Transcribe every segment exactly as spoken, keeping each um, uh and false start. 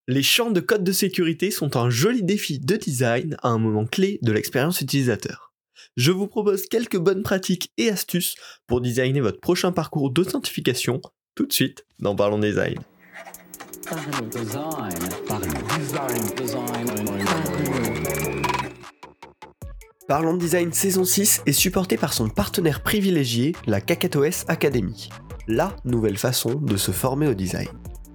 Les champs de code de sécurité sont un joli défi de design à un moment clé de l'expérience utilisateur. Je vous propose quelques bonnes pratiques et astuces pour designer votre prochain parcours d'authentification tout de suite dans Parlons Design. Parlons Design saison six est supporté par son partenaire privilégié, la KakatoS Academy, la nouvelle façon de se former au design.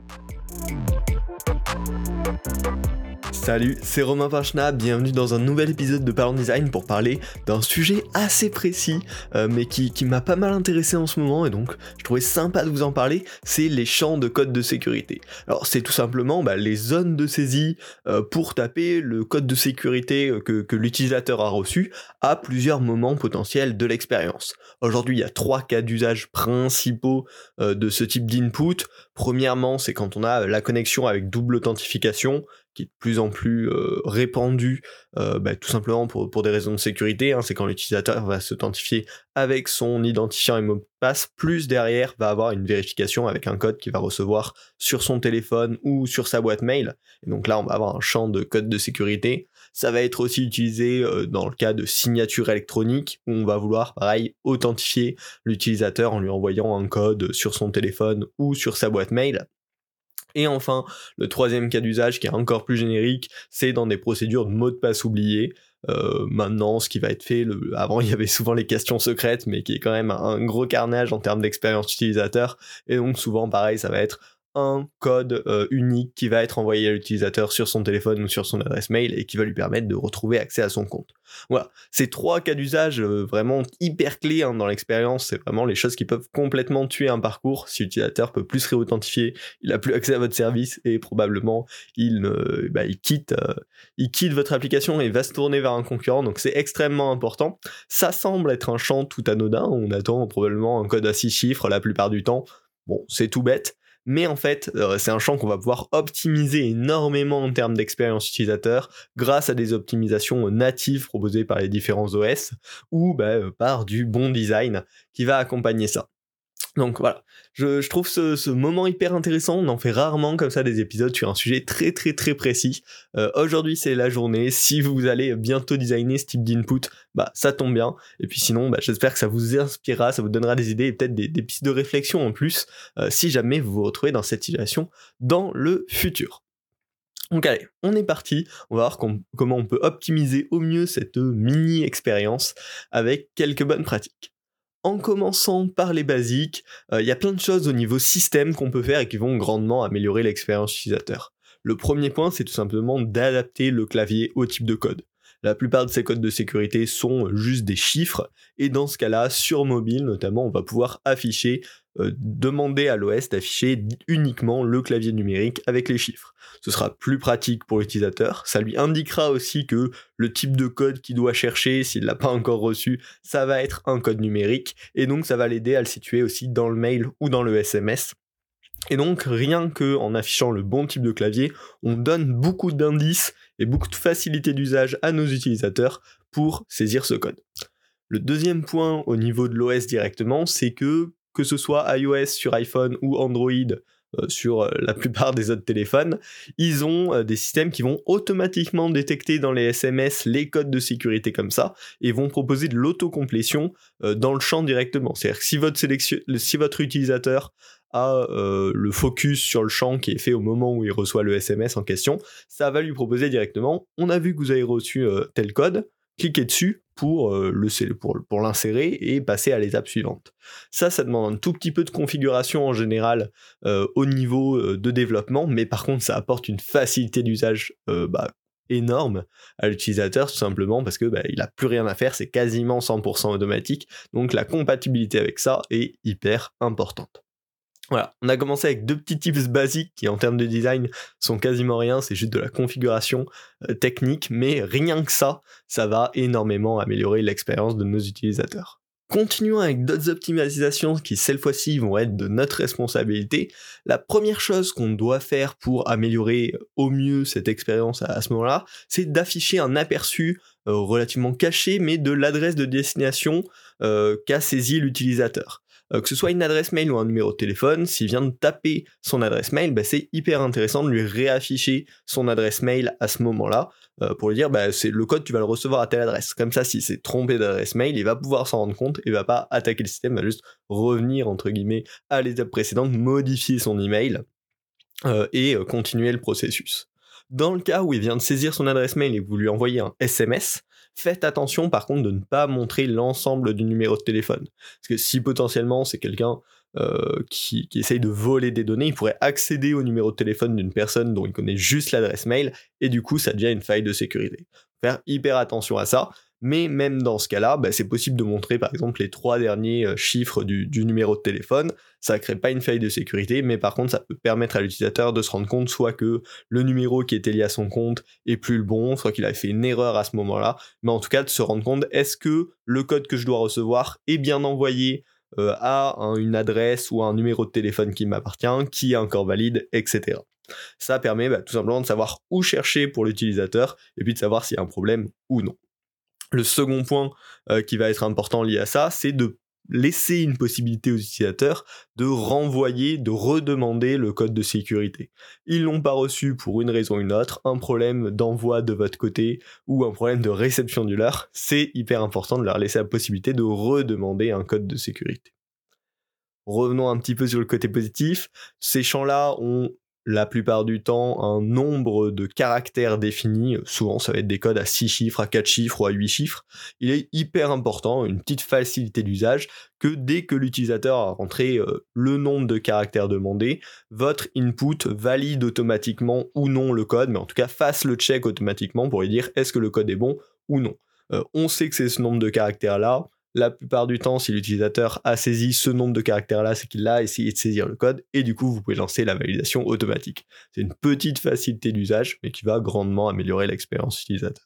Salut, c'est Romain Pinchna, bienvenue dans un nouvel épisode de Parlons Design pour parler d'un sujet assez précis, euh, mais qui, qui m'a pas mal intéressé en ce moment, et donc je trouvais sympa de vous en parler, c'est les champs de code de sécurité. Alors c'est tout simplement bah, les zones de saisie euh, pour taper le code de sécurité que, que l'utilisateur a reçu à plusieurs moments potentiels de l'expérience. Aujourd'hui, il y a trois cas d'usage principaux euh, de ce type d'input. Premièrement, c'est quand on a la connexion avec double authentification, qui est de plus en plus euh, répandu, euh, bah, tout simplement pour, pour des raisons de sécurité, hein, c'est quand l'utilisateur va s'authentifier avec son identifiant et mot de passe, plus derrière va avoir une vérification avec un code qu'il va recevoir sur son téléphone ou sur sa boîte mail, et donc là on va avoir un champ de code de sécurité. Ça va être aussi utilisé euh, dans le cas de signature électronique, où on va vouloir, pareil, authentifier l'utilisateur en lui envoyant un code sur son téléphone ou sur sa boîte mail. Et enfin, le troisième cas d'usage qui est encore plus générique, c'est dans des procédures de mots de passe oubliés. Euh, maintenant, ce qui va être fait, le... avant il y avait souvent les questions secrètes, mais qui est quand même un gros carnage en termes d'expérience utilisateur, et donc souvent pareil, ça va être un code euh, unique qui va être envoyé à l'utilisateur sur son téléphone ou sur son adresse mail et qui va lui permettre de retrouver accès à son compte. Voilà, ces trois cas d'usage euh, vraiment hyper clés hein, dans l'expérience, c'est vraiment les choses qui peuvent complètement tuer un parcours. Si l'utilisateur peut plus se réauthentifier, il a plus accès à votre service et probablement il, ne, bah, il, quitte, euh, il quitte votre application et va se tourner vers un concurrent, donc c'est extrêmement important. Ça semble être un champ tout anodin, on attend probablement un code à six chiffres la plupart du temps, bon c'est tout bête, mais en fait, euh, c'est un champ qu'on va pouvoir optimiser énormément en termes d'expérience utilisateur grâce à des optimisations natives proposées par les différents O S ou bah, euh, par du bon design qui va accompagner ça. Donc voilà, je, je trouve ce, ce moment hyper intéressant, on en fait rarement comme ça des épisodes sur un sujet très très très précis. Euh, aujourd'hui c'est la journée, si vous allez bientôt designer ce type d'input, bah ça tombe bien, et puis sinon bah, j'espère que ça vous inspirera, ça vous donnera des idées et peut-être des, des pistes de réflexion en plus, euh, si jamais vous vous retrouvez dans cette situation dans le futur. Donc allez, on est parti, on va voir com- comment on peut optimiser au mieux cette mini-expérience avec quelques bonnes pratiques. En commençant par les basiques, il euh, y a plein de choses au niveau système qu'on peut faire et qui vont grandement améliorer l'expérience utilisateur. Le premier point, c'est tout simplement d'adapter le clavier au type de code. La plupart de ces codes de sécurité sont juste des chiffres, et dans ce cas-là, sur mobile notamment, on va pouvoir afficher, euh, demander à l'O S d'afficher uniquement le clavier numérique avec les chiffres. Ce sera plus pratique pour l'utilisateur, ça lui indiquera aussi que le type de code qu'il doit chercher, s'il ne l'a pas encore reçu, ça va être un code numérique, et donc ça va l'aider à le situer aussi dans le mail ou dans le S M S. Et donc, rien qu'en affichant le bon type de clavier, on donne beaucoup d'indices et beaucoup de facilité d'usage à nos utilisateurs pour saisir ce code. Le deuxième point au niveau de l'O S directement, c'est que, que ce soit iOS sur iPhone ou Android euh, sur la plupart des autres téléphones, ils ont euh, des systèmes qui vont automatiquement détecter dans les S M S les codes de sécurité comme ça, et vont proposer de l'autocomplétion euh, dans le champ directement. C'est-à-dire que si votre, sélection... si votre utilisateur à euh, le focus sur le champ qui est fait au moment où il reçoit le S M S en question, ça va lui proposer directement, on a vu que vous avez reçu euh, tel code, cliquez dessus pour, euh, le, pour, pour l'insérer et passer à l'étape suivante. Ça, ça demande un tout petit peu de configuration en général euh, au niveau euh, de développement, mais par contre ça apporte une facilité d'usage euh, bah, énorme à l'utilisateur, tout simplement parce que bah, il n'a plus rien à faire, c'est quasiment cent pour cent automatique, donc la compatibilité avec ça est hyper importante. Voilà, on a commencé avec deux petits tips basiques qui en termes de design sont quasiment rien, c'est juste de la configuration euh, technique, mais rien que ça, ça va énormément améliorer l'expérience de nos utilisateurs. Continuons avec d'autres optimisations qui cette fois-ci vont être de notre responsabilité. La première chose qu'on doit faire pour améliorer au mieux cette expérience à, à ce moment-là, c'est d'afficher un aperçu euh, relativement caché, mais de l'adresse de destination euh, qu'a saisi l'utilisateur. Euh, que ce soit une adresse mail ou un numéro de téléphone, s'il vient de taper son adresse mail, bah, c'est hyper intéressant de lui réafficher son adresse mail à ce moment-là, euh, pour lui dire bah, c'est le code, tu vas le recevoir à telle adresse. Comme ça, s'il s'est trompé d'adresse mail, il va pouvoir s'en rendre compte et va pas attaquer le système, va juste revenir entre guillemets à l'étape précédente, modifier son email euh, et euh, continuer le processus. Dans le cas où il vient de saisir son adresse mail et que vous lui envoyez un S M S, faites attention par contre de ne pas montrer l'ensemble du numéro de téléphone. Parce que si potentiellement c'est quelqu'un euh, qui, qui essaye de voler des données, il pourrait accéder au numéro de téléphone d'une personne dont il connaît juste l'adresse mail, et du coup ça devient une faille de sécurité. Faire hyper attention à ça, mais même dans ce cas-là, bah, c'est possible de montrer par exemple les trois derniers euh, chiffres du, du numéro de téléphone. Ça crée pas une faille de sécurité, mais par contre ça peut permettre à l'utilisateur de se rendre compte soit que le numéro qui était lié à son compte est plus le bon, soit qu'il avait fait une erreur à ce moment-là, mais en tout cas de se rendre compte, est-ce que le code que je dois recevoir est bien envoyé euh, à un, une adresse ou un numéro de téléphone qui m'appartient, qui est encore valide, et cetera. Ça permet bah, tout simplement de savoir où chercher pour l'utilisateur, et puis de savoir s'il y a un problème ou non. Le second point euh, qui va être important lié à ça, c'est de laisser une possibilité aux utilisateurs de renvoyer, de redemander le code de sécurité. Ils l'ont pas reçu pour une raison ou une autre, un problème d'envoi de votre côté ou un problème de réception du leur, c'est hyper important de leur laisser la possibilité de redemander un code de sécurité. Revenons un petit peu sur le côté positif, ces champs-là ont la plupart du temps un nombre de caractères définis, souvent ça va être des codes à six chiffres, à quatre chiffres ou à huit chiffres. Il est hyper important, une petite facilité d'usage, que dès que l'utilisateur a rentré euh, le nombre de caractères demandés, votre input valide automatiquement ou non le code, mais en tout cas fasse le check automatiquement pour lui dire est-ce que le code est bon ou non. Euh, on sait que c'est ce nombre de caractères-là. La plupart du temps, si l'utilisateur a saisi ce nombre de caractères-là, c'est qu'il a essayé de saisir le code, et du coup, vous pouvez lancer la validation automatique. C'est une petite facilité d'usage, mais qui va grandement améliorer l'expérience utilisateur.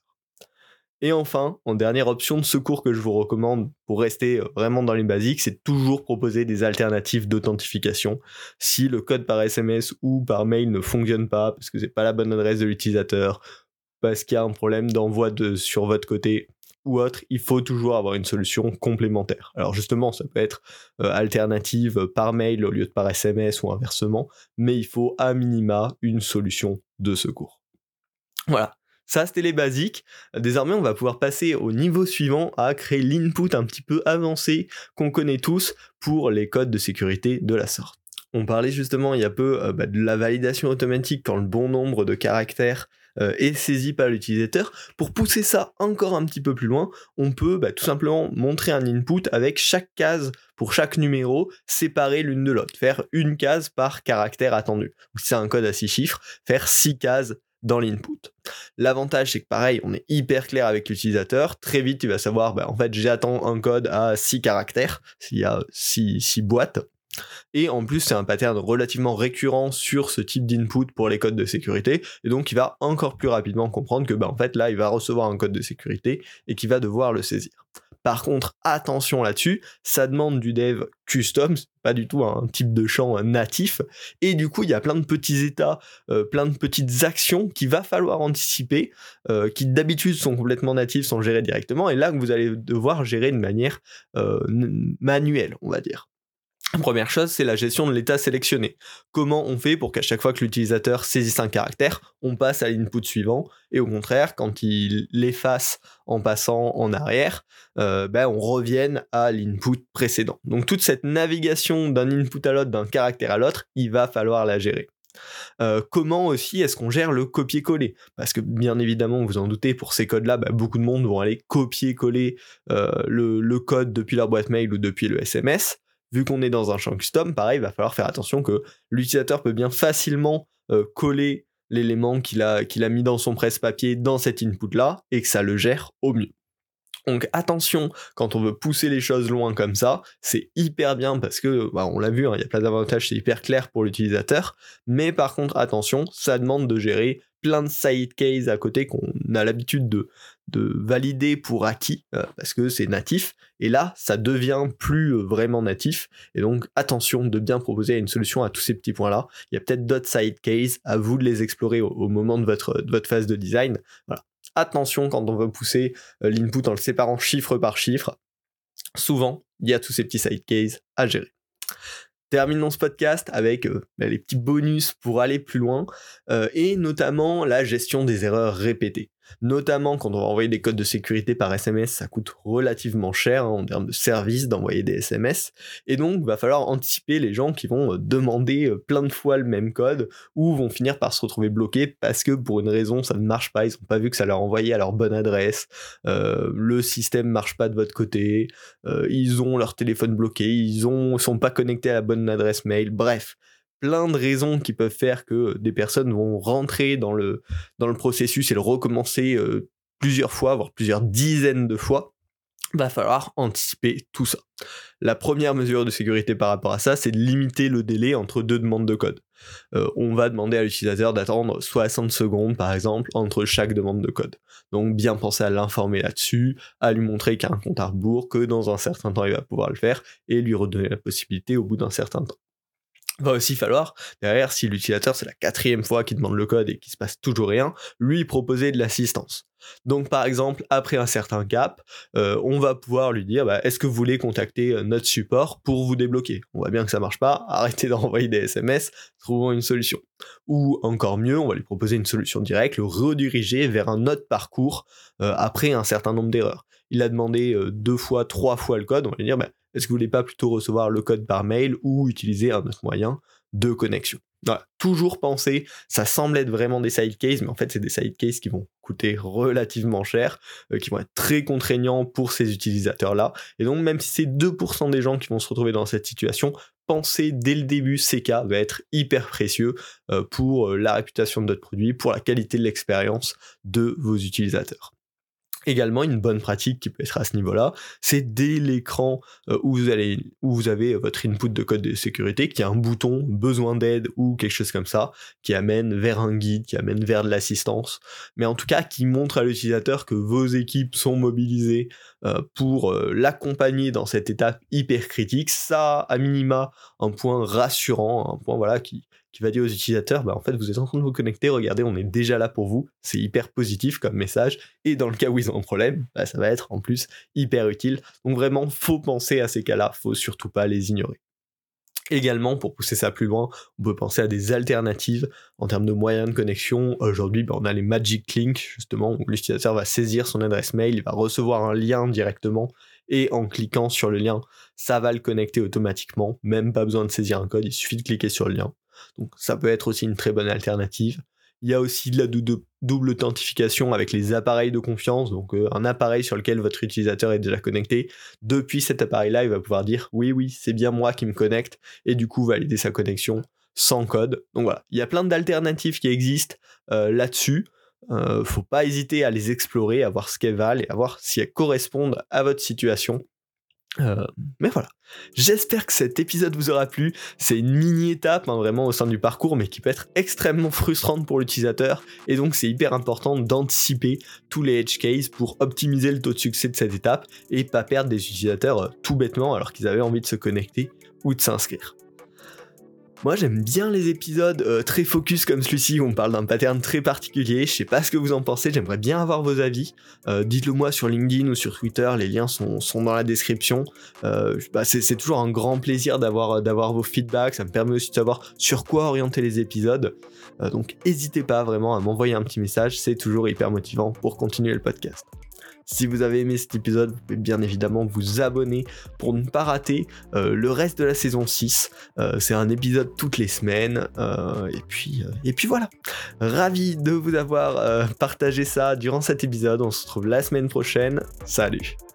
Et enfin, en dernière option de secours que je vous recommande pour rester vraiment dans les basiques, c'est toujours proposer des alternatives d'authentification. Si le code par S M S ou par mail ne fonctionne pas, parce que c'est pas la bonne adresse de l'utilisateur, parce qu'il y a un problème d'envoi de, sur votre côté, ou autre, il faut toujours avoir une solution complémentaire. Alors justement, ça peut être euh, alternative par mail au lieu de par S M S ou inversement, mais il faut à minima une solution de secours. Voilà, ça c'était les basiques. Désormais, on va pouvoir passer au niveau suivant, à créer l'input un petit peu avancé qu'on connaît tous pour les codes de sécurité de la sorte. On parlait justement il y a peu euh, bah, de la validation automatique quand le bon nombre de caractères euh, est saisi par l'utilisateur. Pour pousser ça encore un petit peu plus loin, on peut bah, tout simplement montrer un input avec chaque case pour chaque numéro séparée l'une de l'autre, faire une case par caractère attendu. Ou si c'est un code à six chiffres, faire six cases dans l'input. L'avantage c'est que pareil, on est hyper clair avec l'utilisateur, très vite il va savoir bah, en fait j'attends un code à six caractères, s'il y a six boîtes. Et en plus c'est un pattern relativement récurrent sur ce type d'input pour les codes de sécurité, et donc il va encore plus rapidement comprendre que bah, en fait là il va recevoir un code de sécurité et qu'il va devoir le saisir. Par contre, attention là-dessus, ça demande du dev custom, c'est pas du tout un type de champ natif, et du coup il y a plein de petits états, euh, plein de petites actions qu'il va falloir anticiper, euh, qui d'habitude sont complètement natifs, sont gérées directement, et là que vous allez devoir gérer de manière euh, manuelle, on va dire. La première chose, c'est la gestion de l'état sélectionné. Comment on fait pour qu'à chaque fois que l'utilisateur saisisse un caractère, on passe à l'input suivant, et au contraire, quand il l'efface en passant en arrière, euh, ben on revienne à l'input précédent. Donc toute cette navigation d'un input à l'autre, d'un caractère à l'autre, il va falloir la gérer. Euh, comment aussi est-ce qu'on gère le copier-coller ? Parce que bien évidemment, vous en doutez, pour ces codes-là, bah, beaucoup de monde vont aller copier-coller euh, le, le code depuis leur boîte mail ou depuis le S M S. Vu qu'on est dans un champ custom, pareil, il va falloir faire attention que l'utilisateur peut bien facilement euh, coller l'élément qu'il a, qu'il a mis dans son presse-papier dans cet input-là, et que ça le gère au mieux. Donc attention, quand on veut pousser les choses loin comme ça, c'est hyper bien parce que, bah, on l'a vu, hein, il y a plein d'avantages, c'est hyper clair pour l'utilisateur, mais par contre attention, ça demande de gérer plein de side cases à côté qu'on a l'habitude de, de valider pour acquis, euh, parce que c'est natif, et là ça devient plus euh, vraiment natif, et donc attention de bien proposer une solution à tous ces petits points-là. Il y a peut-être d'autres side cases, à vous de les explorer au, au moment de votre, de votre phase de design. Voilà. Attention quand on veut pousser l'input en le séparant chiffre par chiffre, souvent il y a tous ces petits side cases à gérer. Terminons ce podcast avec euh, les petits bonus pour aller plus loin, euh, et notamment la gestion des erreurs répétées. Notamment quand on va envoyer des codes de sécurité par S M S, ça coûte relativement cher hein, en termes de service d'envoyer des S M S, et donc il va falloir anticiper les gens qui vont demander plein de fois le même code, ou vont finir par se retrouver bloqués parce que pour une raison ça ne marche pas, ils n'ont pas vu que ça leur envoyait à leur bonne adresse, euh, le système marche pas de votre côté, euh, ils ont leur téléphone bloqué, ils ont, sont pas connectés à la bonne adresse mail, bref. Plein de raisons qui peuvent faire que des personnes vont rentrer dans le, dans le processus et le recommencer euh, plusieurs fois, voire plusieurs dizaines de fois. Va falloir anticiper tout ça. La première mesure de sécurité par rapport à ça, c'est de limiter le délai entre deux demandes de code. Euh, on va demander à l'utilisateur d'attendre soixante secondes par exemple entre chaque demande de code. Donc bien penser à l'informer là-dessus, à lui montrer qu'il y a un compte à rebours, que dans un certain temps il va pouvoir le faire, et lui redonner la possibilité au bout d'un certain temps. Va aussi falloir, derrière, si l'utilisateur c'est la quatrième fois qu'il demande le code et qu'il se passe toujours rien, lui proposer de l'assistance. Donc par exemple, après un certain cap, euh, on va pouvoir lui dire bah, est-ce que vous voulez contacter notre support pour vous débloquer ? On voit bien que ça marche pas, arrêtez d'envoyer des S M S, trouvons une solution. Ou encore mieux, on va lui proposer une solution directe, le rediriger vers un autre parcours euh, après un certain nombre d'erreurs. Il a demandé euh, deux fois, trois fois le code, on va lui dire bah, est-ce que vous voulez pas plutôt recevoir le code par mail ou utiliser un autre moyen de connexion ? Voilà, toujours penser, ça semble être vraiment des side cases, mais en fait c'est des side cases qui vont coûter relativement cher, euh, qui vont être très contraignants pour ces utilisateurs-là, et donc même si c'est deux pour cent des gens qui vont se retrouver dans cette situation, penser dès le début ces cas va être hyper précieux euh, pour la réputation de votre produit, pour la qualité de l'expérience de vos utilisateurs. Également, une bonne pratique qui peut être à ce niveau-là, c'est dès l'écran euh, où, vous allez, où vous avez votre input de code de sécurité, qu'il y a un bouton besoin d'aide ou quelque chose comme ça, qui amène vers un guide, qui amène vers de l'assistance, mais en tout cas qui montre à l'utilisateur que vos équipes sont mobilisées euh, pour euh, l'accompagner dans cette étape hyper critique. Ça, à minima, un point rassurant, un point voilà qui qui va dire aux utilisateurs, bah en fait vous êtes en train de vous connecter, regardez on est déjà là pour vous, c'est hyper positif comme message, et dans le cas où ils ont un problème, bah ça va être en plus hyper utile, donc vraiment faut penser à ces cas-là, faut surtout pas les ignorer. Également, pour pousser ça plus loin, on peut penser à des alternatives en termes de moyens de connexion. Aujourd'hui, bah, on a les Magic Link, justement, où l'utilisateur va saisir son adresse mail, il va recevoir un lien directement, et en cliquant sur le lien, ça va le connecter automatiquement, même pas besoin de saisir un code, il suffit de cliquer sur le lien. Donc ça peut être aussi une très bonne alternative. Il y a aussi de la dou- double authentification avec les appareils de confiance, donc euh, un appareil sur lequel votre utilisateur est déjà connecté. Depuis cet appareil-là, il va pouvoir dire oui, oui, c'est bien moi qui me connecte, et du coup valider sa connexion sans code. Donc voilà, il y a plein d'alternatives qui existent euh, là-dessus. Euh, faut pas hésiter à les explorer, à voir ce qu'elles valent et à voir si elles correspondent à votre situation. Euh, mais voilà, j'espère que cet épisode vous aura plu. C'est une mini étape hein, vraiment au sein du parcours, mais qui peut être extrêmement frustrante pour l'utilisateur, et donc c'est hyper important d'anticiper tous les edge cases pour optimiser le taux de succès de cette étape et pas perdre des utilisateurs euh, tout bêtement alors qu'ils avaient envie de se connecter ou de s'inscrire. Moi j'aime bien les épisodes euh, très focus comme celui-ci où on parle d'un pattern très particulier, je sais pas ce que vous en pensez, j'aimerais bien avoir vos avis, euh, dites-le moi sur LinkedIn ou sur Twitter, les liens sont, sont dans la description, euh, bah, c'est, c'est toujours un grand plaisir d'avoir, d'avoir vos feedbacks, ça me permet aussi de savoir sur quoi orienter les épisodes, euh, donc n'hésitez pas vraiment à m'envoyer un petit message, c'est toujours hyper motivant pour continuer le podcast. Si vous avez aimé cet épisode, vous pouvez bien évidemment vous abonner pour ne pas rater euh, le reste de la saison six. Euh, c'est un épisode toutes les semaines. Euh, et, puis, euh, et puis voilà. Ravi de vous avoir euh, partagé ça durant cet épisode. On se retrouve la semaine prochaine. Salut.